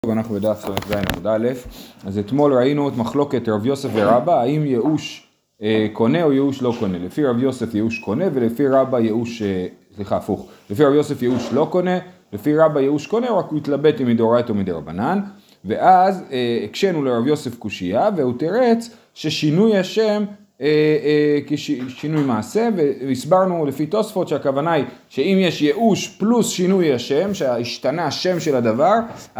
ואנחנו בדף ז' עמוד א', אז אתמול ראינו את מחלוקת רב יוסף ורבא, האם ייאוש קונה או ייאוש לא קונה. לפי רב יוסף ייאוש קונה ולפי רבא ייאוש, הפוך, לפי רב יוסף ייאוש לא קונה, לפי רבא ייאוש קונה, רק הוא התלבט אם מדאורייתא או מדרבנן, ואז הקשינו לרב יוסף קושייה, והוא תירץ ששינוי השם כשינוי מעשה, והסברנו לפי תוספות שהכוונה היא שאם יש ייאוש פלוס שינוי השם, שהשתנה השם של הדבר,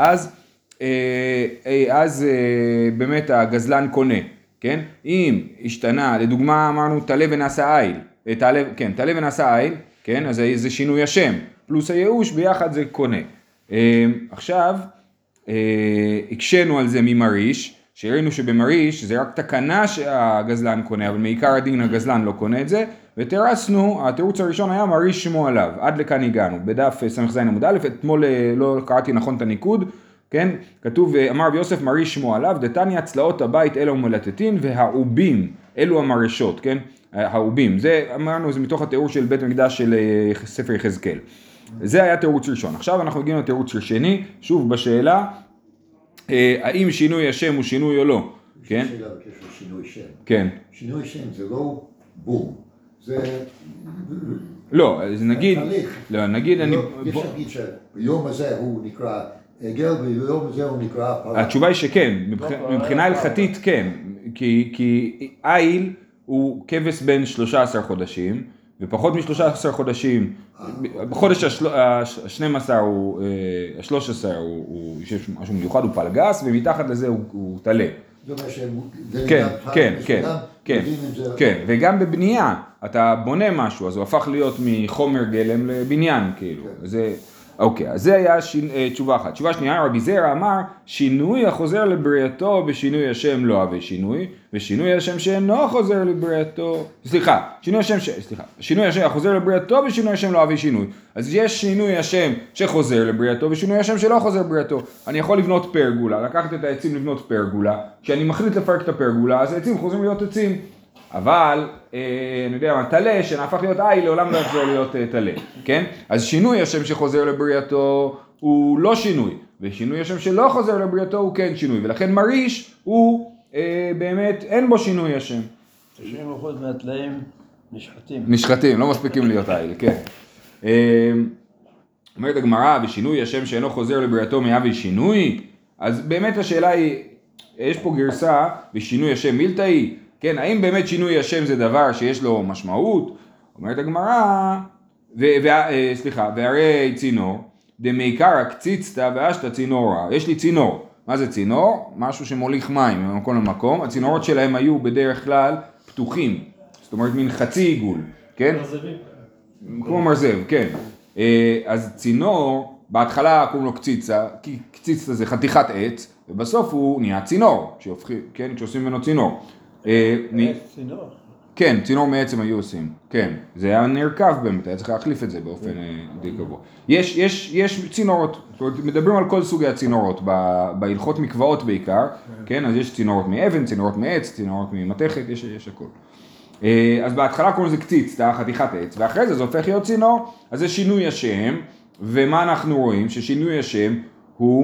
אז באמת הגזלן קונה, כן? אם השתנה, לדוגמה אמרנו תלה ונעשה איל, תלה ונעשה איל, כן? אז זה שינוי השם, פלוס הייאוש ביחד זה קונה. עכשיו, הקשנו על זה ממריש, שראינו שבמריש זה רק תקנה שהגזלן קונה, אבל מעיקר הדין הגזלן לא קונה את זה, ותרסנו, התירוץ הראשון היה מריש שמו עליו, עד לכאן הגענו, בדף ס"ז עמוד א', אתמול לא קראתי נכון את הניקוד, כן? כתוב, אמר רב יוסף מריש שמו עליו, דתניא צלעות הבית אלו מלטטין, והעובים, אלו המרשות, כן? העובים, זה אמרנו, זה מתוך התיאור של בית מקדש של ספר יחזקאל. זה היה תירוץ ראשון. עכשיו אנחנו מגיעים לתירוץ שני, שוב בשאלה, האם שינוי השם הוא שינוי או לא, כן? שאלה בקשר לשינוי שם. כן. שינוי שם זה לא בום, זה... לא, אז נגיד... לא, נגיד אני... יש להגיד שביום הזה הוא נקרא עגל, וביום הזה הוא נקרא פרה. התשובה היא שכן, מבחינה הלכתית כן, כי איל הוא כבש בין 13 חודשים, ופחות מ-13 חודשים, בחודש ה-12 הוא, ה-13 הוא, יש משהו מיוחד, הוא פלגס, ומתחת לזה הוא תלה. זאת אומרת כן, וגם בבנייה, אתה בונה משהו, אז הוא הפך להיות מחומר גלם לבניין, כאילו, זה... אוקיי, אז זה היה תשובה אחת. תשובה שנייה, רבי זרע אמר, שינוי החוזר לבריאתו בשינוי השם לא הווה שינוי, ושינוי השם שאינו חוזר לבריאתו, שינוי השם החוזר לבריאתו בשינוי השם לא הווה שינוי. אז יש שינוי השם שחוזר לבריאתו ושינוי השם שלא חוזר לבריאתו. אני יכול לבנות פרגולה, לקחת את העצים לבנות פרגולה, כשאני מחליט לפרק את הפרגולה, אז העצים חוזרים להיות עצים. אבל, אני יודע מה, תלה שנהפך להיות איל, לעולם לא יחזור להיות תלה, כן? אז שינוי השם שחוזר לבריאתו הוא לא שינוי, ושינוי השם שלא חוזר לבריאתו הוא כן שינוי, ולכן מריש הוא באמת, אין בו שינוי השם. 90% מהתלאים נשחטים. נשחטים, לא מספיקים להיות איל, כן. אומרת הגמרא, ושינוי השם שאינו חוזר לבריאתו מהווה שינוי, אז באמת השאלה היא, יש פה גרסה, ושינוי השם מילתאי, כן, האם באמת שינוי השם זה דבר שיש לו משמעות? אומרת הגמרא, והרי צינור, דמעיקרא קציצתא ואשתא צינורא, יש לי צינור, מה זה צינור? משהו שמוליך מים ממקום למקום, הצינורות שלהם היו בדרך כלל פתוחים, זאת אומרת מין חצי עיגול, כן? כמו מרזב, כן. אז צינור, בהתחלה קוראים לו קציצה, כי קציצתא זה חתיכת עץ, ובסוף הוא נהיה צינור, כשעושים ממנו צינור. צינור? כן, צינור מעצם היו עושים, כן, זה היה נרכב באמת, היה צריך להחליף את זה באופן די קבוע. יש צינורות, זאת אומרת, מדברים על כל סוגי הצינורות, בהלכות מקוואות בעיקר, כן, אז יש צינורות מאבן, צינורות מעץ, צינורות ממתכת, יש הכל. אז בהתחלה קוראים לזה קציץ, חתיכת עץ, ואחרי זה הופך להיות צינור, אז זה שינוי השם, ומה אנחנו רואים? ששינוי השם הוא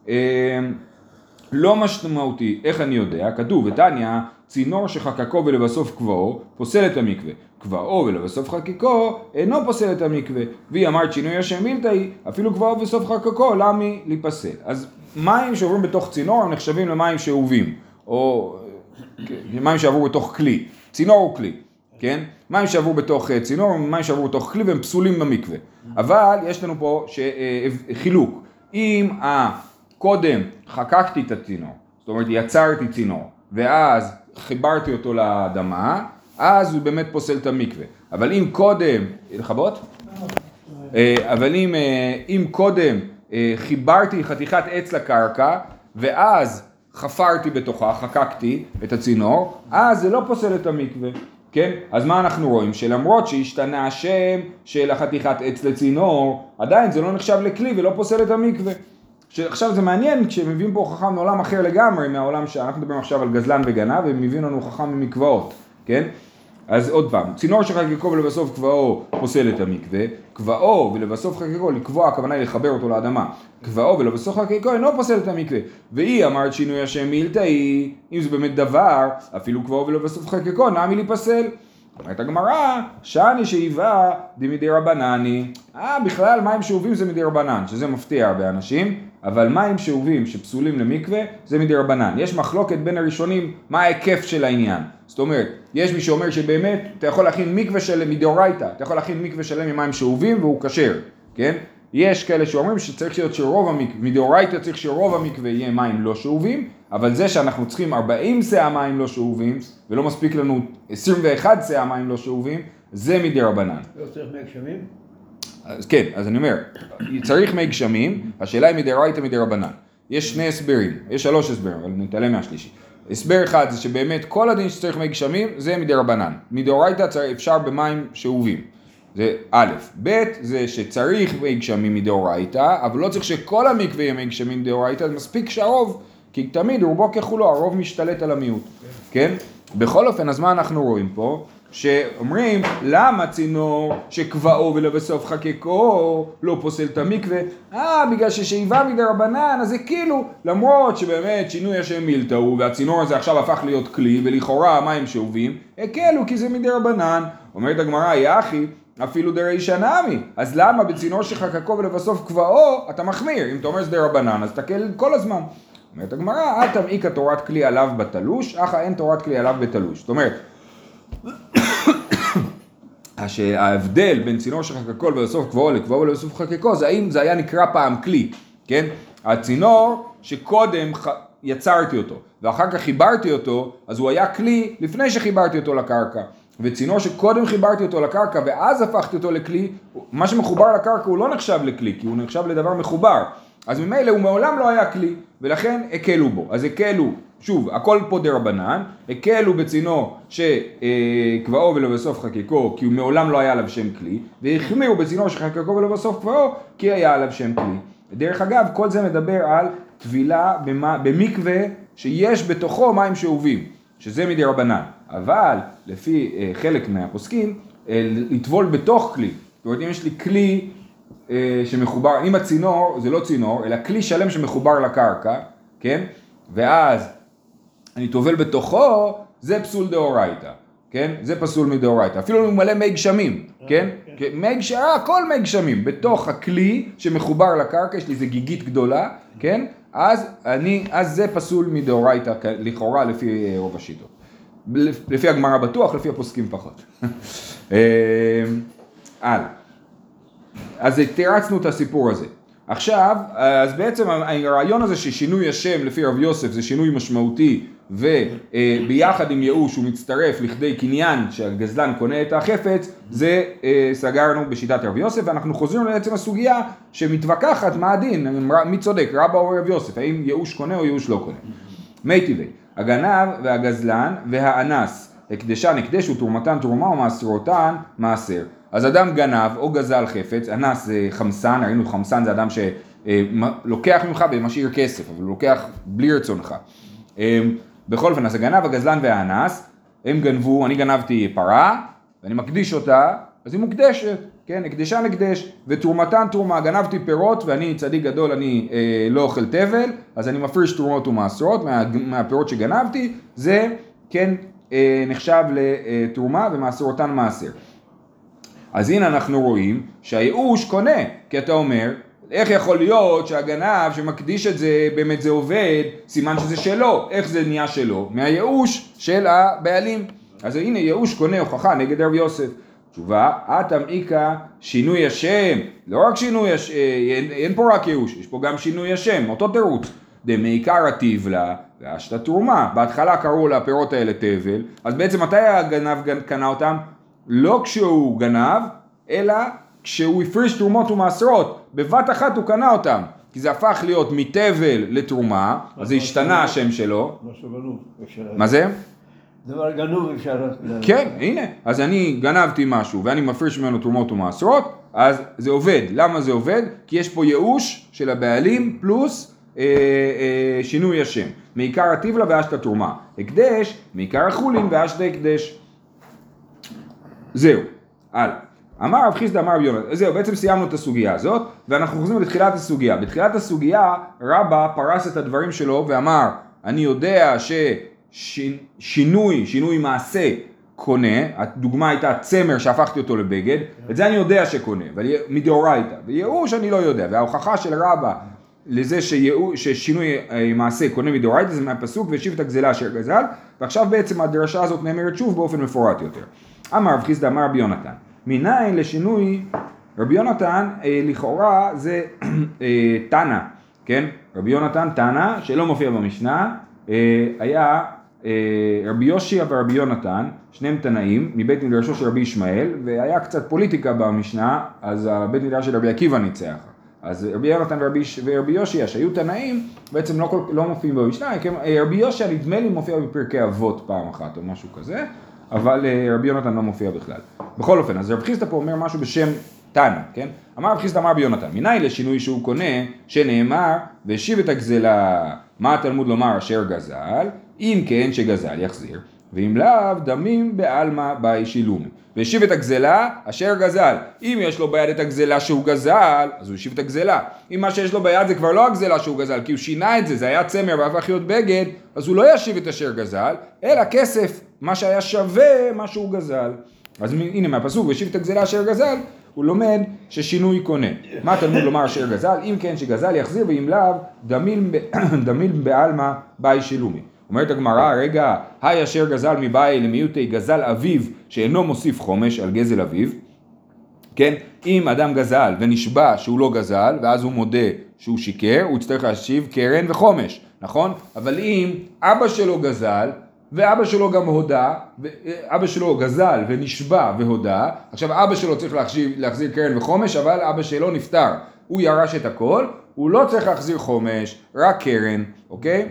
לא משמעותי, איך אני יודע? כתוב, ותניא, צינור שחקקו ולבסוף קבעו, פוסל את המקווה. קבעו ולבסוף חקקו, אינו פוסל את המקווה. והיא אמרת שינוי השם מילתאי, אפילו קבעו ובסוף חקקו, למי להיפסל. אז מים שעוברים בתוך צינור, הם נחשבים למים שאובים, או מים שעברו בתוך כלי. צינור הוא כלי, כן? מים שעברו בתוך צינור, מים שעברו בתוך כלי, והם פסולים במקווה. אבל יש לנו פה חילוק. אם קודם חקקתי את הצינור, זאת אומרת יצרתי צינור, ואז חיברתי אותו לאדמה, אז הוא באמת פוסל את המקווה. אבל אם קודם, אם קודם חיברתי חתיכת עץ לקרקע, ואז חפרתי בתוכה, חקקתי את הצינור, אז זה לא פוסל את המקווה. כן? אז מה אנחנו רואים? שלמרות שהשתנה השם של החתיכת עץ לצינור, עדיין זה לא נחשב לכלי ולא פוסל את המקווה. עכשיו זה מעניין כשמביאים פה חכם מעולם אחר לגמרי מהעולם שאנחנו מדברים עכשיו על גזלן וגנב, והם מביאים לנו חכם ממקוואות, כן? אז עוד פעם, צינור שחקקו ולבסוף קבעו פוסל את המקווה, קבעו ולבסוף חקקו, לקבוע הכוונה היא לחבר אותו לאדמה, קבעו ולבסוף חקקו אינו פוסל את המקווה, והיא אמרת שינוי השם מילתאי, אם זה באמת דבר, אפילו קבעו ולבסוף חקקו, נעמי להיפסל. אומרת הגמרא, שאני שאיבה דמדי רבנני, בכלל מים שאובים זה מדי רבנן, שזה מפתיע הרבה אנשים, אבל מים שאובים שפסולים למקווה זה מדי רבנן. יש מחלוקת בין הראשונים מה ההיקף של העניין. זאת אומרת, יש מי שאומר שבאמת אתה יכול להכין מקווה שלם מדאורייתא, אתה יכול להכין מקווה שלם ממים שאובים והוא כשר, כן? יש כאלה שאומרים שצריך להיות שרוב המקווה, מדאורייתא צריך שרוב המקווה יהיה מים לא שאובים, אבל זה שאנחנו צריכים 40 שאה מים לא שאובים, ולא מספיק לנו 21 שאה מים לא שאובים, זה מדי רבנן. לא צריך מי גשמים? אז כן, אז אני אומר, צריך מי גשמים, השאלה היא מדאורייתא מדי רבנן. יש שני הסברים, יש 3 הסברים, אבל נתעלם מהשלישי. הסבר אחד זה שבאמת כל הדין שצריך מי גשמים, זה מדי רבנן. מדאורייתא אפשר במים שאובים. זה א', ב', זה שצריך מי גשמים מדאורייתא, אבל לא צריך שכל המקווה יהיה מי גשמים מדאורייתא, זה מספיק שהרוב, כי תמיד רובו ככולו, הרוב משתלט על המיעוט, כן? בכל אופן, אז מה אנחנו רואים פה? שאומרים, למה צינור שקבעו ולבסוף חקקו לא פוסל את המקווה? בגלל ששאיבה מדי רבנן, אז זה כאילו, למרות שבאמת שינוי השם מילתאו, והצינור הזה עכשיו הפך להיות כלי, ולכאורה המים שאובים, הקלו כי זה מדי רבנן. אומרת הגמרא, יחי, אפילו דרישא נמי, אז למה בצינור שחקקו ולבסוף קבעו, אתה מחמיר? אם אתה אומר שזה רבנן, אז תקל כל הזמן. אומרת הגמרא, אתם איקה תורת כלי עליו בתלוש, אך אין תורת כלי עליו בתלוש. זאת אומרת, שההבדל בין צינור שחקקו ולבסוף קבעו לקבעו ולבסוף חקקו, זה האם זה היה נקרא פעם כלי, כן? הצינור שקודם יצרתי אותו, ואחר כך חיברתי אותו, אז הוא היה כלי לפני שחיברתי אותו לקרקע. וצינור שקודם חיברתי אותו לקרקע ואז הפכתי אותו לכלי, מה שמחובר לקרקע הוא לא נחשב לכלי, כי הוא נחשב לדבר מחובר. אז ממילא הוא מעולם לא היה כלי, ולכן הקלו בו. אז הקלו, שוב, הכל פה דרבנן, הקלו בצינור שקבעו ולבסוף חקקו, כי הוא מעולם לא היה עליו שם כלי, והחמירו בצינור שחקקו ולבסוף קבעו, כי היה עליו שם כלי. דרך אגב, כל זה מדבר על טבילה במקווה שיש בתוכו מים שאובים, שזה מדי רבנן. אבל לפי חלק מהפוסקים, לטבול בתוך כלי. זאת אומרת, אם יש לי כלי שמחובר, אם הצינור, זה לא צינור, אלא כלי שלם שמחובר לקרקע, כן? ואז אני טובל בתוכו, זה פסול דאורייתא, כן? זה פסול מדאורייתא. אפילו הוא מלא מי גשמים, כן? הכל מי גשמים, בתוך הכלי שמחובר לקרקע, יש לי איזה גיגית גדולה, כן? אז זה פסול מדאורייתא, לכאורה לפי רוב השיטות. לפי הגמרא בטוח, לפי הפוסקים פחות. אז תרצנו את הסיפור הזה. עכשיו, אז בעצם הרעיון הזה ששינוי השם לפי רב יוסף זה שינוי משמעותי, וביחד עם ייאוש הוא מצטרף לכדי קניין שהגזלן קונה את החפץ, זה סגרנו בשיטת רב יוסף, ואנחנו חוזרים לעצם הסוגיה שמתווכחת מה הדין, מי צודק, רבא או רב יוסף, האם ייאוש קונה או ייאוש לא קונה. מי טבעי, הגנב והגזלן והאנס, הקדשן הקדש ותרומתן תרומה ומעשרותן מעשר. אז אדם גנב או גזל חפץ, אנס זה חמסן, ראינו חמסן זה אדם שלוקח ממך ומשאיר כסף, אבל הוא לוקח בלי רצונך. בכל אופן, אז הגנב, הגזלן והאנס, הם גנבו, אני גנבתי פרה, ואני מקדיש אותה, אז היא מוקדשת, כן, הקדשן הקדש, ותרומתן תרומה, גנבתי פירות, ואני צדיק גדול, אני לא אוכל תבל, אז אני מפריש תרומות ומעשרות מהפירות שגנבתי, זה כן נחשב לתרומה ומעשרותן מעשר. אז הנה אנחנו רואים שהייאוש קונה, כי אתה אומר, איך יכול להיות שהגנב שמקדיש את זה, באמת זה עובד, סימן שזה שלו, איך זה נהיה שלו? מהייאוש של הבעלים. אז הנה ייאוש קונה הוכחה נגד רב יוסף. תשובה, אתם איקה שינוי השם, לא רק שינוי השם, אין פה רק ייאוש, יש פה גם שינוי השם, אותו תירוץ. דמעיקר הטבלה והשת תרומה, בהתחלה קראו לפירות האלה תבל, אז בעצם מתי הגנב קנה אותם? לא כשהוא גנב, אלא כשהוא הפריש תרומות ומעשרות, בבת אחת הוא קנה אותם, כי זה הפך להיות מתבל לתרומה, אז זה השתנה השם שלו. מה זה? דבר גנוב אפשר... כן, הנה, אז אני גנבתי משהו ואני מפריש ממנו תרומות ומעשרות, אז זה עובד. למה זה עובד? כי יש פה ייאוש של הבעלים פלוס שינוי השם. מעיקר הטבלה והשת התרומה. הקדש, מעיקר החולין והשת הקדש. זהו, הלאה. אמר רב חיסדא אמר רבי יונתן, זהו, בעצם סיימנו את הסוגיה הזאת, ואנחנו חוזרים לתחילת הסוגיה. בתחילת הסוגיה רבא פרס את הדברים שלו ואמר, אני יודע ששינוי מעשה קונה, הדוגמה הייתה צמר שהפכתי אותו לבגד, את זה אני יודע שקונה, מדאורייתא, וייאוש אני לא יודע, וההוכחה של רבא לזה ששינוי מעשה קונה מדאורייתא זה מהפסוק והשיב את הגזלה אשר גזל, ועכשיו בעצם הדרשה הזאת נאמרת שוב באופן מפורט יותר. אמר רב חיסדא אמר רבי יונתן, מניין לשינוי, רבי יונתן לכאורה זה תנא, כן? רבי יונתן תנא שלא מופיע במשנה, היה רבי יושיע ורבי יונתן, שניהם תנאים מבית מדרשו של רבי ישמעאל, והיה קצת פוליטיקה במשנה, אז הבית מדרש של רבי עקיבא ניצח. אז רבי יונתן ורבי יושיע שהיו תנאים בעצם לא מופיעים במשנה, רבי יושיע נדמה לי מופיע בפרקי אבות פעם אחת או משהו כזה, אבל רבי יונתן לא מופיע בכלל. בכל אופן, אז רב חיסדא פה אומר משהו בשם תנא, כן? אמר רב חיסדא אמר רבי יונתן, מניין לשינוי שהוא קונה, שנאמר, והשיב את הגזלה, מה התלמוד לומר אשר גזל, אם כן שגזל יחזיר, ואם לאו דמים בעלמא באי שילומי. והשיב את הגזלה אשר גזל. אם יש לו ביד את הגזלה שהוא גזל, אז הוא השיב את הגזלה. אם מה שיש לו ביד זה כבר לא הגזלה שהוא גזל, כי הוא שינה את זה, זה היה צמר והפך להיות בגד, אז הוא לא ישיב את אשר גזל, אלא כסף, מה שהיה שווה מה שהוא גזל. אז הנה מהפסוק, והשיב את הגזלה אשר גזל, הוא לומד ששינוי קונה. מה תלמוד לומר אשר גזל? אם כן שגזל יחזיר, ואם לאו דמיל בעלמא באי שילומי. אומרת הגמרא, רגע, היי אשר גזל מבאי למיעוטי גזל אביו שאינו מוסיף חומש על גזל אביו, כן? אם אדם גזל ונשבע שהוא לא גזל, ואז הוא מודה שהוא שיקר, הוא יצטרך להשיב קרן וחומש, נכון? אבל אם אבא שלו גזל, ואבא שלו גם הודה, אבא שלו גזל ונשבע והודה, עכשיו אבא שלו צריך להחזיר קרן וחומש, אבל אבא שלו נפטר, הוא ירש את הכל, הוא לא צריך להחזיר חומש, רק קרן, אוקיי?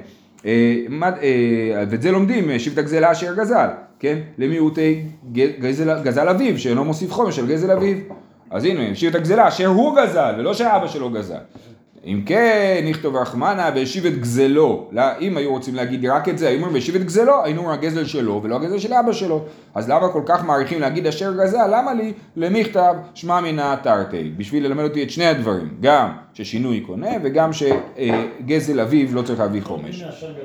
ואת זה לומדים, שיב את הגזלה אשר גזל, כן? למיעוטי גזל אביו, שאינו מוסיף חומש על גזל אביו. אז הנה, שיב את הגזלה אשר הוא גזל, ולא שאבא שלו גזל. אם כן, נכתוב רחמנה והשיב את גזלו. אם היו רוצים להגיד רק את זה, היו אומרים והשיב את גזלו, היינו אומרים הגזל שלו ולא הגזל של אבא שלו. אז למה כל כך מעריכים להגיד אשר גזל? למה לי? למכתב שמע מינא תרתי. בשביל ללמד אותי את שני הדברים. גם ששינוי קונה וגם שגזל אביו לא צריך להביא חומש.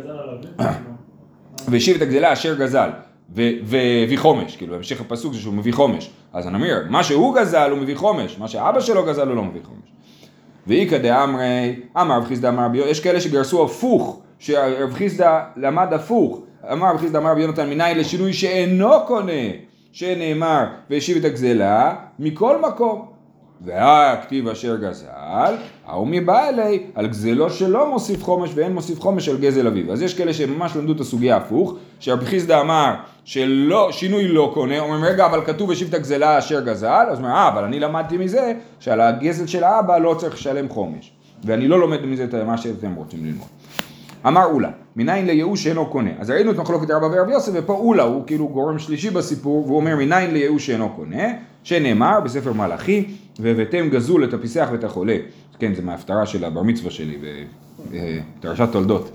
והשיב את הגזלה אשר גזל. והביא חומש, כאילו המשך הפסוק זה שהוא מביא חומש. אז אני אומר, מה שהוא גזל הוא מביא חומש, מה שאבא שלו גזל הוא לא מביא חומש. ואיקא דאמרי, אמר רב חיסדא אמר רבי יונתן, יש כאלה שגרסו הפוך, שרב חיסדא למד הפוך, אמר רב חיסדא אמר רבי יונתן, מניין לשינוי שאינו קונה, שנאמר והשיב את הגזלה מכל מקום. והכתיב אשר גזל, ההוא מבא אלי, על גזלו שלא מוסיף חומש ואין מוסיף חומש על גזל אביו. אז יש כאלה שממש למדו את הסוגיה הפוך, שרב חיסדא אמר ששינוי לא קונה, אומרים רגע אבל כתוב השיב את הגזלה אשר גזל, אז אומר אבל אני למדתי מזה שעל הגזל של האבא לא צריך לשלם חומש, ואני לא לומד מזה את מה שאתם רוצים ללמוד. אמר אולה, מניין לייאוש שאינו קונה. אז ראינו את מחלוקת רבא ורב יוסף, ופה אולה הוא כאילו גורם שלישי בסיפור, והוא אומר מניין לייאוש שאינו קונה, שנאמר בספר מלאכי, והבאתם גזול את הפיסח ואת החולה. כן, זה מההפטרה של הבר מצווה שלי, בפרשת תולדות.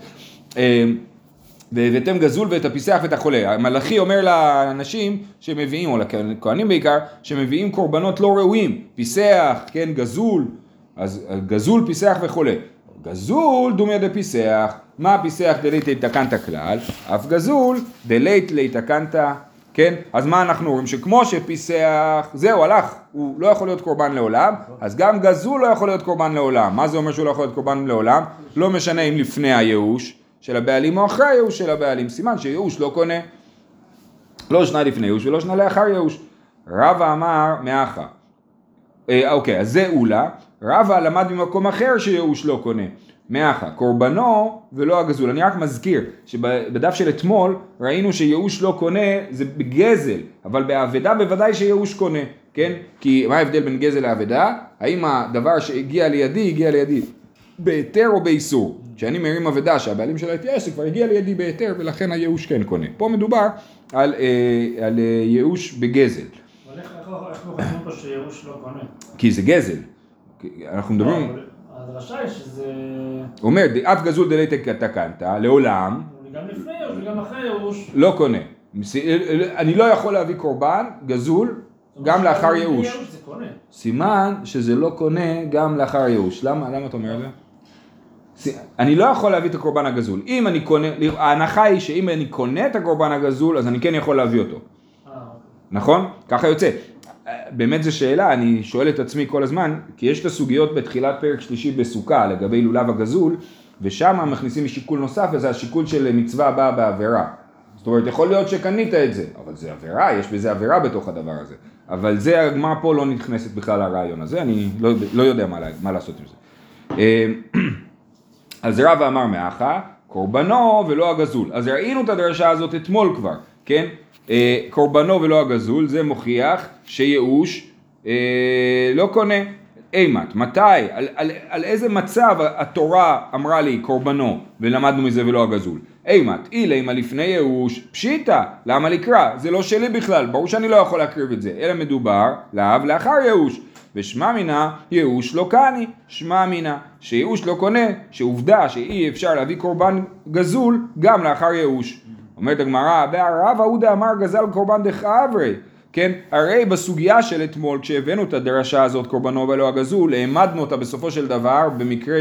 והבאתם גזול ואת הפיסח ואת החולה. המלאכי אומר לאנשים שמביאים, או לכהנים בעיקר, שמביאים קורבנות לא ראויים, פיסח, כן, גזול, אז גזול, פיסח וחולה. גזול דומיה דפיסח, מה פיסח דלית להתקנת כלל, אף גזול דלית להתקנת, כן? אז מה אנחנו רואים? שכמו שפיסח, זהו, הלך, הוא לא יכול להיות קורבן לעולם, אז גם גזול לא יכול להיות קורבן לעולם. מה זה אומר שהוא לא יכול להיות קורבן לעולם? לא משנה אם לפני הייאוש של הבעלים או אחרי הייאוש של הבעלים, סימן שייאוש לא קונה, לא שנה לפני ייאוש ולא שנה לאחר ייאוש. רבא אמר מאחה. אוקיי, אז זה אולה. רבא למד במקום אחר שייאוש לא קונה. מאחה, קורבנו ולא הגזול. אני רק מזכיר שבדף של אתמול ראינו שייאוש לא קונה זה בגזל, אבל בעבדה בוודאי שייאוש קונה, כן? כי מה ההבדל בין גזל לעבדה? האם הדבר שהגיע לידי, הגיע לידי בהיתר או באיסור? כשאני מרים עבדה שהבעלים שלה התייאש, זה כבר הגיע לידי בהיתר ולכן הייאוש כן קונה. פה מדובר על ייאוש בגזל. אבל איך מוכנים פה שייאוש לא קונה? כי זה גזל. אנחנו מדברים... הדרשה היא שזה... הוא אומר, אף גזול דלית תקנת, לעולם... גם לפני ייאוש וגם אחרי ייאוש... לא קונה. אני לא יכול להביא קורבן, גזול, גם לאחר ייאוש. זה קונה. סימן שזה לא קונה גם לאחר ייאוש. למה אתה אומר את זה? אני לא יכול להביא את הקורבן הגזול. אם אני קונה, ההנחה היא שאם אני קונה את הקורבן הגזול, אז אני כן יכול להביא אותו. נכון? ככה יוצא. באמת זו שאלה, אני שואל את עצמי כל הזמן, כי יש את הסוגיות בתחילת פרק שלישי בסוכה, לגבי לולב הגזול, ושם מכניסים שיקול נוסף, וזה השיקול של מצווה הבאה בעבירה. זאת אומרת, יכול להיות שקנית את זה, אבל זה עבירה, יש בזה עבירה בתוך הדבר הזה. אבל זה, הגמרא פה לא נכנסת בכלל לרעיון הזה, אני לא יודע מה לעשות עם זה. אז רבא אמר מאחה, קורבנו ולא הגזול. אז ראינו את הדרשה הזאת אתמול כבר, כן? קורבנו ולא הגזול, זה מוכיח שייאוש לא קונה. אימת, מתי? על איזה מצב התורה אמרה לי קורבנו ולמדנו מזה ולא הגזול? אימת, אימה לפני ייאוש, פשיטה, למה לקרא? זה לא שלי בכלל, ברור שאני לא יכול להקריב את זה, אלא מדובר לאחר ייאוש. ושמע מינה, ייאוש לא קני, שמע מינה, שייאוש לא קונה, שעובדה שאי אפשר להביא קורבן גזול גם לאחר ייאוש. אומרת הגמרא, והרב אהודה אמר גזל קורבן דחברי, כן, הרי בסוגיה של אתמול, כשהבאנו את הדרשה הזאת, קורבנו ולא הגזול, העמדנו אותה בסופו של דבר, במקרה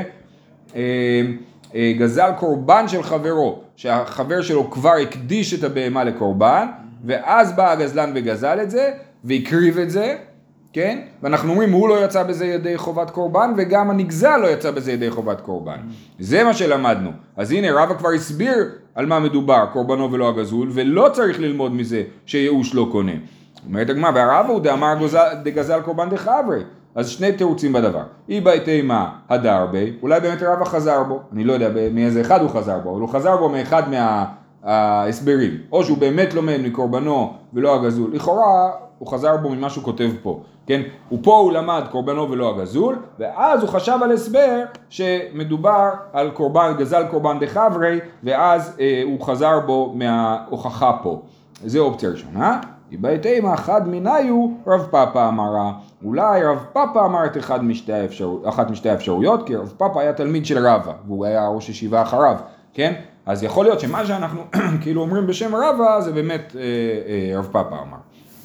שגזל קורבן של חברו, שהחבר שלו כבר הקדיש את הבהמה לקורבן, ואז בא הגזלן וגזל את זה, והקריב את זה, כן? ואנחנו אומרים, הוא לא יצא בזה ידי חובת קורבן, וגם הנגזל לא יצא בזה ידי חובת קורבן. זה מה שלמדנו. אז הנה, רבא כבר הסביר על מה מדובר, קורבנו ולא הגזול, ולא צריך ללמוד מזה שייאוש לא קונה. אומרת הגמרא, והרב הוא דאמר דגזל קורבן דחברי. אז שני תירוצים בדבר. אי בהתאמה הדר בי, אולי באמת רבא חזר בו, אני לא יודע מאיזה אחד הוא חזר בו, אבל הוא חזר בו מאחד ההסברים. או שהוא באמת לומד מקורבנו ולא הגזול. לכאורה הוא חזר בו ממה שהוא כותב פה. כן? ופה הוא למד קורבנו ולא הגזול, ואז הוא חשב על הסבר שמדובר על גזל קורבן דחברי, ואז הוא חזר בו מההוכחה פה. זה אופציה ראשונה. בהתאמה אחד מניו רב פאפא אמרה, אולי רב פאפא אמר את אחת משתי האפשרויות, כי רב פאפא היה תלמיד של רבא, והוא היה ראש ישיבה אחריו, כן? אז יכול להיות שמה שאנחנו כאילו אומרים בשם רבא, זה באמת רב פאפא אמר.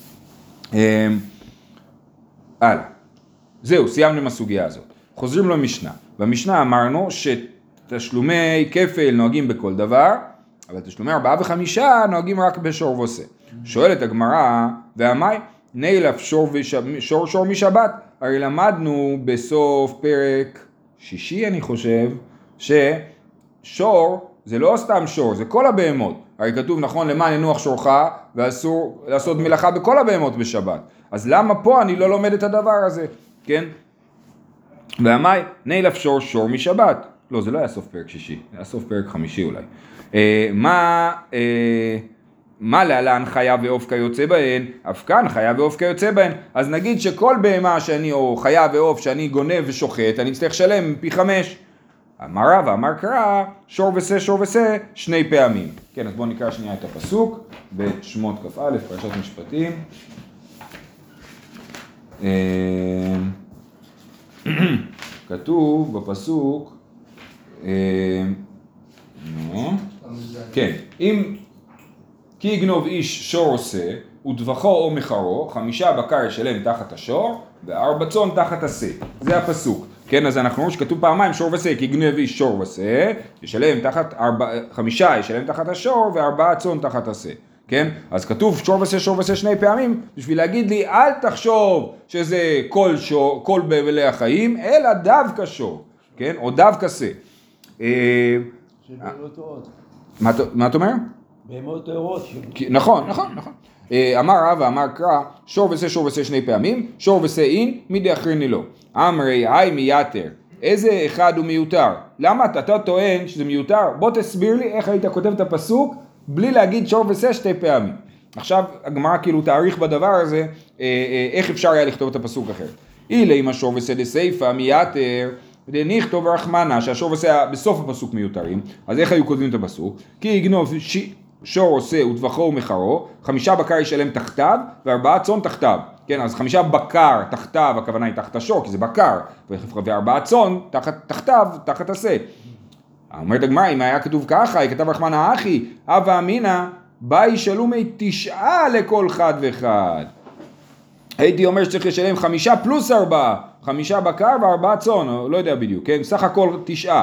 הלאה. זהו, סיימנו עם הסוגיה הזאת. חוזרים למשנה. במשנה אמרנו שתשלומי כפל נוהגים בכל דבר, אבל תשלומי 4 ו5 נוהגים רק בשור ועושה. שואלת הגמרא, והמאי? נילף שור משבת. הרי למדנו בסוף פרק 6, אני חושב, ששור זה לא סתם שור, זה כל הבהמות. הרי כתוב, נכון, למען ינוח שורך, ואסור לעשות מלאכה בכל הבהמות בשבת. אז למה פה אני לא לומד את הדבר הזה, כן? והמאי, נילף שור משבת. לא, זה לא היה סוף פרק 6, זה היה סוף פרק 5 אולי. מה להלן חיה ועוף כיוצא בהן? אף כאן חיה ועוף כיוצא בהן. אז נגיד שכל בהמה או חיה ועוף שאני גונב ושוחט, אני צריך לשלם פי 5. אמר רבא, אמר קרא, שור ושה 2 פעמים. כן, אז בואו נקרא שנייה את הפסוק, בשמות כ"א, פרשת משפטים. כתוב בפסוק, כן, אם כי יגנוב איש שור עושה, וטבחו או מחרו, 5 בקר ישלם תחת השור, ו4 צאן תחת השה. זה הפסוק. כן, אז אנחנו רואים שכתוב פעמיים שור ושה, כי יגנב איש שור ושה, ישלם תחת 5 ישלם תחת השור, ו4 צאן תחת השה. כן? אז כתוב שור ושה 2 פעמים, בשביל להגיד לי, אל תחשוב שזה כל בעלי החיים, אלא דווקא שור, כן? או דווקא שה. מה אתה אומר? בהמות טהורות. נכון. אמר רבא, אמר קרא, שור ושה 2 פעמים, שור ושה אין, מידי אחריני לו. אמרי, היי מייתר, איזה אחד הוא מיותר? למה אתה טוען שזה מיותר? בוא תסביר לי איך היית כותב את הפסוק, בלי להגיד שור ושה 2 פעמים. עכשיו הגמרא כאילו תאריך בדבר הזה, איך אפשר היה לכתוב את הפסוק אחרת. אילה עם השור ושה דסייפא מייתר, ונכתוב רחמנה, שהשור ושה בסוף הפסוק מיותרים, אז איך היו כותבים את הפסוק? כי יגנוב שור עושה וטבחו ומחרו, 5 בקר ישלם תחתיו, ו4 צאן תחתיו. כן, אז 5 בקר תחתיו, הכוונה היא תחת השור, כי זה בקר, ו4 צאן תחתיו, תחת השה. אומרת הגמרא, אם היה כתוב ככה, כתב רחמנה אחי, הווה אמינא, בה ישלומי 9 לכל חד וחד. הייתי אומר שצריך לשלם 5 פלוס 4, 5 בקר ו4 צאן, לא יודע בדיוק, כן? סך הכל 9.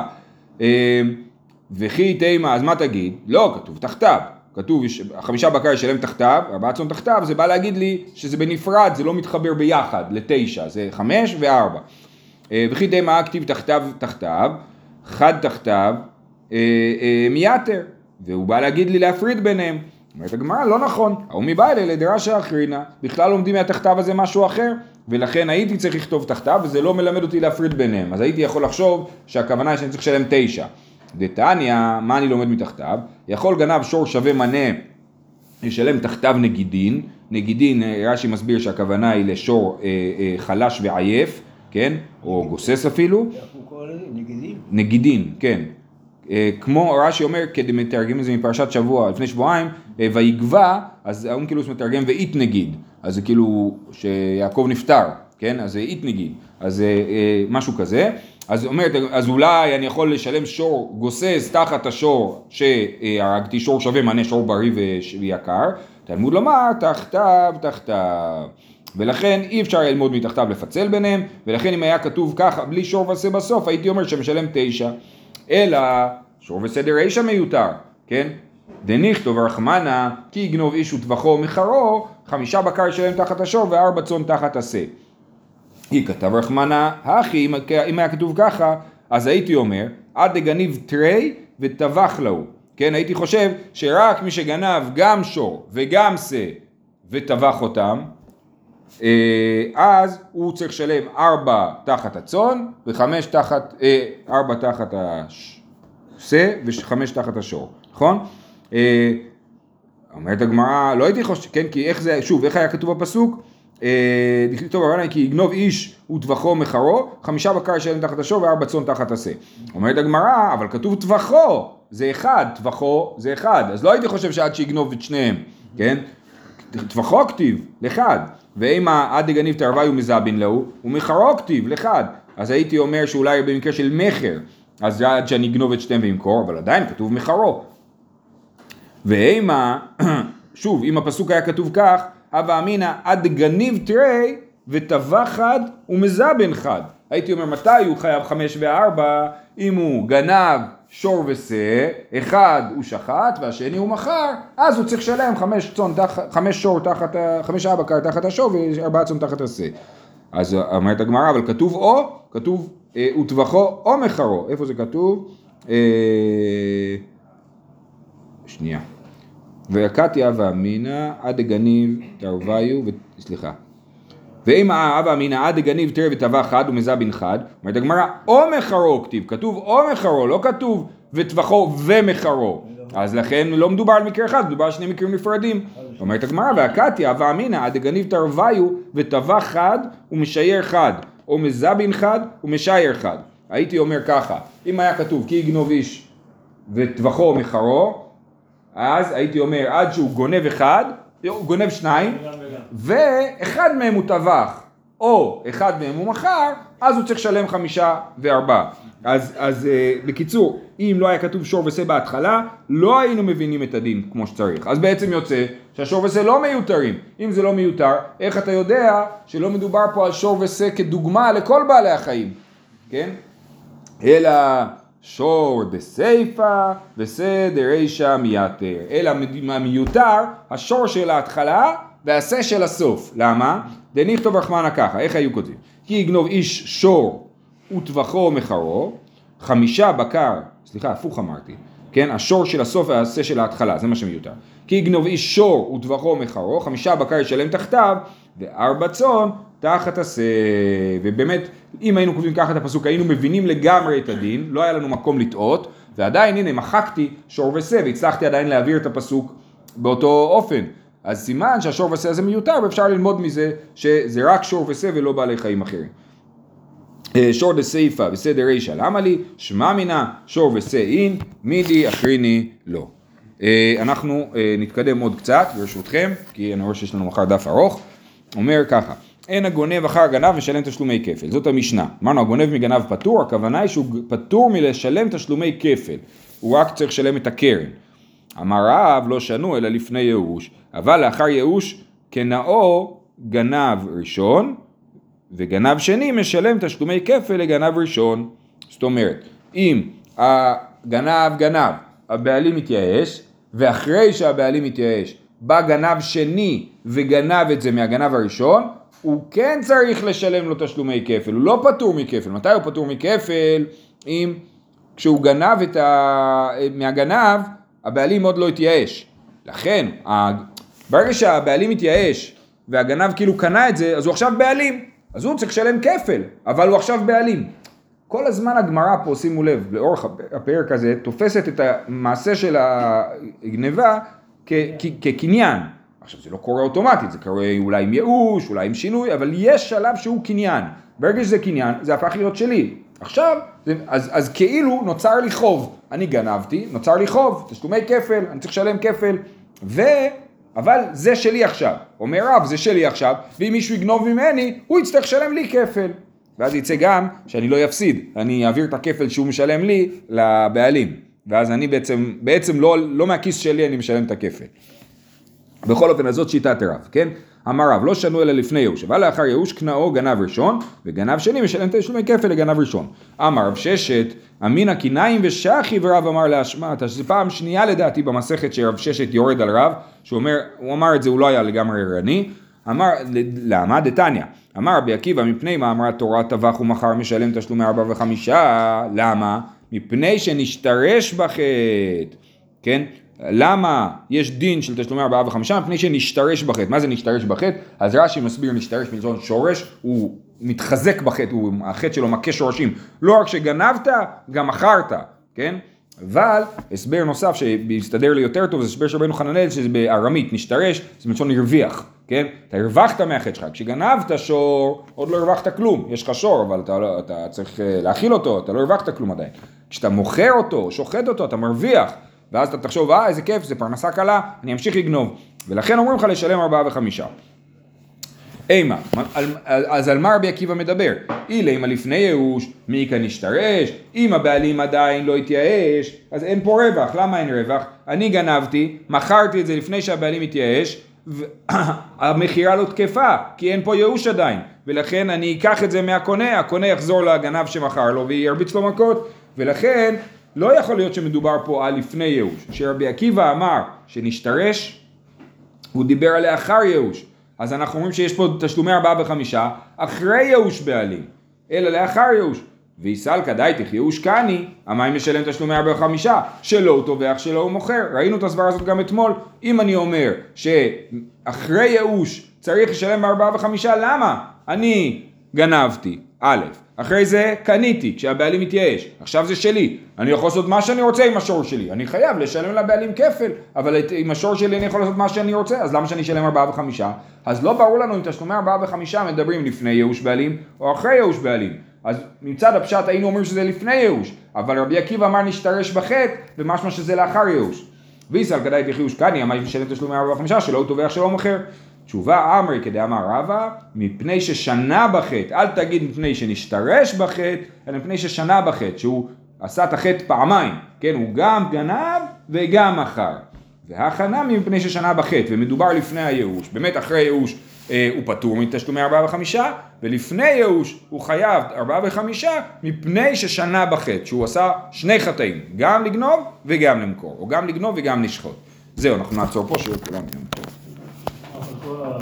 וכי תימה, אז מה תגיד? לא, כתוב תחתיו. כתוב 5 בקר ישלם תחתיו, 4 צאן תחתיו, זה בא להגיד לי שזה בנפרד, זה לא מתחבר ביחד ל9, זה 5 ו4. וכי תימה כתיב תחתיו, חד תחתיו, מייתר, והוא בא להגיד לי להפריד ביניהם. אומרת הגמרא, לא נכון, ההוא מבעלה לדרשה אחרינה, בכלל לומדים מהתחתיו הזה משהו אחר, ולכן הייתי צריך לכתוב תחתיו, וזה לא מלמד אותי להפריד ביניהם, אז הייתי יכול לחשוב שהכוונה היא שאני צריך לשלם 9. דתניא, מה אני לומד מתחתיו? יכול גנב שור שווה מנה, ישלם תחתיו נגידין, נגידין, רש"י מסביר שהכוונה היא לשור חלש ועייף, כן? או גוסס אפילו. איך הוא קורא לזה? נגידים? נגידין, כן. כמו רש"י אומר, כדי מתרגם את זה מפרשת שבוע, לפני שבועיים, ויגבה, אז האונקלוס מתרגם ואית נגיד, אז זה כאילו שיעקב נפטר, כן? אז זה אית נגיד, אז משהו כזה. אז אומרת, אז אולי אני יכול לשלם שור גוסס תחת השור שהרגתי, שור שווה מנה, שור בריא ויקר, תלמוד לומר תחתיו. ולכן אי אפשר ללמוד מתחתיו לפצל ביניהם, ולכן אם היה כתוב ככה, בלי שור ושה בסוף, הייתי אומר שמשלם 9, אלא שור ושה דרישא מיותר, כן? דניכתוב רחמנה, כי יגנוב איש וטבחו מחרו, 5 בקר ישלם תחת השור ו4 צאן תחת השה. היא כתב רחמנה, הכי, אם היה כתוב ככה, אז הייתי אומר, עד דגניב תרי וטבח לו, כן? הייתי חושב שרק מי שגנב גם שור וגם שה וטבח אותם, אז הוא צריך לשלם 4 תחת הצאן ו5 תחת, 4 תחת השה ו5 תחת השור, נכון? אומרת הגמרא, לא הייתי חושב, כן, כי איך זה, שוב, איך היה כתוב בפסוק? טוב, אבל כי יגנוב איש וטבחו מחרו, 5 בקר ישלם תחת השור ו4 צאן תחת השה. אומרת הגמרא, אבל כתוב טבחו, זה אחד, טבחו זה אחד, אז לא הייתי חושב שעד שיגנוב את שניהם, כן? טבחו כתיב, לאחד. ואימה עד דגניב תרוויו מזבין לו, ומחרו כתיב, לאחד. אז הייתי אומר שאולי במקרה של מחר, אז עד שאני אגנוב את שתיהם וימכור, אבל עדיין כתוב מחרו. ואימה, שוב, אם הפסוק היה כתוב כך, הווה אמינא עד דגניב תרי וטבח חד ומזבין חד. הייתי אומר מתי הוא חייב 5 ו4, אם הוא גנב שור ושה, אחד הוא שחט והשני הוא מכר, אז הוא צריך לשלם 5 בקר תחת השור ו4 צאן תחת השה. אז אומרת הגמרא, אבל כתוב או, כתוב וטבחו או מחרו. איפה זה כתוב? שנייה. ויקתי הווה אמינא עד דגניב תרוויו, סליחה. ואם הווה אמינא עד דגניב תרי וטבח חד ומזבין חד, אומרת הגמרא או מחרו כתיב, כתוב או מחרו, לא כתוב וטבחו ומחרו. אז לכן לא מדובר על מקרה אחד, מדובר על שני מקרים נפרדים. אומרת הגמרא, ויקתי הווה אמינא עד דגניב תרוויו וטבח חד ומשייר חד, או מזבין חד ומשייר חד. הייתי אומר ככה, אם היה כתוב כי יגנוב איש וטבחו מחרו, אז הייתי אומר עד שהוא גונב אחד, הוא גונב 2, ואחד מהם הוא טבח, או אחד מהם הוא מכר, אז הוא צריך לשלם 5 ו4. אז בקיצור, אם לא היה כתוב שור ושה בהתחלה, לא היינו מבינים את הדין כמו שצריך. אז בעצם יוצא שהשור ושה לא מיותרים. אם זה לא מיותר, איך אתה יודע שלא מדובר פה על שור ושה כדוגמה לכל בעלי החיים? כן? אלא שור דסייפה ושה דרישא מייתר. אלא מיותר השור של ההתחלה והשה של הסוף. למה? דניכתוב רחמנה ככה, איך היו כותבים? כי יגנוב איש שור וטבחו מחרו, 5 בקר, סליחה, הפוך אמרתי, כן? השור של הסוף והשה של ההתחלה, זה מה שמיותר. כי יגנוב איש שור וטבחו מחרו, 5 בקר ישלם תחתיו, ו4 צאן תחת השה. ובאמת, אם היינו כותבים ככה את הפסוק, היינו מבינים לגמרי את הדין, לא היה לנו מקום לטעות, ועדיין, הנה, מחקתי שור ושה, והצלחתי עדיין להעביר את הפסוק באותו אופן. אז סימן שהשור ושה הזה מיותר, ואפשר ללמוד מזה שזה רק שור ושה ולא בעלי חיים אחרים. שור דסייפה ושה דרישא, למה לי? שמע מינה שור ושה אין, מידי אחריני לא. אנחנו נתקדם עוד קצת ברשותכם, כי אני רואה שיש לנו מחר דף ארוך. אומר ככה, אין הגונב אחר גנב משלם תשלומי כפל, זאת המשנה. אמרנו, הגונב מגנב פטור, הכוונה היא שהוא פטור מלשלם תשלומי כפל, הוא רק צריך לשלם את הקרן. אמר רב, לא שנו אלא לפני ייאוש, אבל לאחר ייאוש כנאו גנב ראשון, וגנב שני משלם תשלומי כפל לגנב ראשון. זאת אומרת, אם גנב, הבעלים מתייאש, ואחרי שהבעלים מתייאש, בא גנב שני וגנב את זה מהגנב הראשון, הוא כן צריך לשלם לו תשלומי כפל, הוא לא פטור מכפל. מתי הוא פטור מכפל? אם כשהוא גנב מהגנב, הבעלים עוד לא התייאש. לכן, ברגע שהבעלים מתייאש, והגנב כאילו קנה את זה, אז הוא עכשיו בעלים. אז הוא צריך לשלם כפל, אבל הוא עכשיו בעלים. כל הזמן הגמרא פה, שימו לב, לאורך הפרק הזה, תופסת את המעשה של הגניבה כקניין. עכשיו, זה לא קורה אוטומטית, זה קורה אולי עם ייאוש, אולי עם שינוי, אבל יש שלב שהוא קניין. ברגע שזה קניין, זה הפך להיות שלי. עכשיו, אז כאילו נוצר לי חוב. אני גנבתי, נוצר לי חוב, תשלומי כפל, אני צריך לשלם כפל, אבל זה שלי עכשיו. אומר רב, זה שלי עכשיו, ואם מישהו יגנוב ממני, הוא יצטרך לשלם לי כפל. ואז יצא גם שאני לא יפסיד, אני אעביר את הכפל שהוא משלם לי לבעלים. ואז אני בעצם לא מהכיס שלי אני משלם את הכפל. בכל אופן, אז זאת שיטת רב, כן? אמר רב, לא שנו אלא לפני ייאוש, אבל לאחר ייאוש קנאו גנב ראשון, וגנב שני משלם תשלומי כפל לגנב ראשון. אמר רב ששת, אמינא קיניים ושחי, ורב אמר להשמעת, שזו פעם שנייה לדעתי במסכת שרב ששת יורד על רב, שהוא אמר את זה, הוא לא היה לגמרי ערני, אמר, למה? דתניא, אמר רבי עקיבא, מפני מה אמרה תורה טבח ומחר משלם תשלומי 4 ו5, למה? מפני שנשתרש בחטא, כן? למה יש דין של תשלומי 4 ו5? מפני שנשתרש בחטא. מה זה נשתרש בחטא? אז רש"י מסביר נשתרש מלשון שורש, הוא מתחזק בחטא, החטא שלו מכה שורשים. לא רק שגנבת, גם מכרת, כן? אבל הסבר נוסף שמסתדר לי יותר טוב, זה הסבר של רבנו חננאל, שזה בארמית, נשתרש, זה מלשון הרוויח, כן? אתה הרווחת מהחטא שלך, כשגנבת שור, עוד לא הרווחת כלום, יש לך שור, אבל אתה צריך להאכיל אותו, אתה לא הרווחת כלום עדיין. כשאתה מוכר אותו, שוחט אותו, אתה מרוויח, ואז אתה תחשוב, איזה כיף, זה פרנסה קלה, אני אמשיך לגנוב. ולכן אומרים לך לשלם 4 ו5. אימה, אז על מה רבי עקיבא מדבר? אימה לפני ייאוש, מי כאן נשתרש? אם הבעלים עדיין לא התייאש, אז אין פה רווח. למה אין רווח? אני גנבתי, מכרתי את זה לפני שהבעלים התייאש, המחירה לא תקפה, כי אין פה ייאוש עדיין. ולכן אני אקח את זה מהקונה, הקונה יחזור לגנב שמכר לו וירביץ לו מכות. ולכן לא יכול להיות שמדובר פה על לפני ייאוש. שרבי עקיבא אמר שנשתרש, הוא דיבר על לאחר ייאוש. אז אנחנו אומרים שיש פה תשלומי 4 ו5 אחרי ייאוש בעלים, אלא לאחר ייאוש. ויסל כדאיתך ייאוש קני, המים משלם תשלומי 4 ו5, שלא הוא טובח, שלא הוא מוכר. ראינו את הסברה הזאת גם אתמול. אם אני אומר שאחרי ייאוש צריך לשלם 4 ו5, למה? אני גנבתי, א', אחרי זה קניתי, כשהבעלים מתייאש, עכשיו זה שלי, אני יכול לעשות מה שאני רוצה עם השור שלי, אני חייב לשלם לבעלים כפל, אבל עם השור שלי אני יכול לעשות מה שאני רוצה, אז למה שאני אשלם 4 ו5? אז לא ברור לנו אם תשלומי 4 ו5 מדברים לפני ייאוש בעלים, או אחרי ייאוש בעלים. אז מצד הפשט היינו אומרים שזה לפני ייאוש, אבל רבי עקיבא אמר נשתרש בחטא, ומשמע שזה לאחר ייאוש. ויסל כדאיתך ייאוש קני, המים משלם תשלומי 4 ו5, שלא הוא טובח, שלא הוא מוכר. תשובה אמרי כדאמר רבא, מפני ששנה בחטא, אל תגיד מפני שנשתרש בחטא, אלא מפני ששנה בחטא, שהוא עשה את החטא פעמיים, כן, הוא גם גנב וגם מכר. והכנה מפני ששנה בחטא, ומדובר לפני הייאוש, באמת אחרי ייאוש הוא פטור מתשלומי 4 ו5, ולפני ייאוש הוא חייב 4 ו5 מפני ששנה בחטא, שהוא עשה שני חטאים, גם לגנוב וגם למכור, או גם לגנוב וגם לשחוט. זהו, אנחנו נעצור פה, שיהיה כולם יום טוב.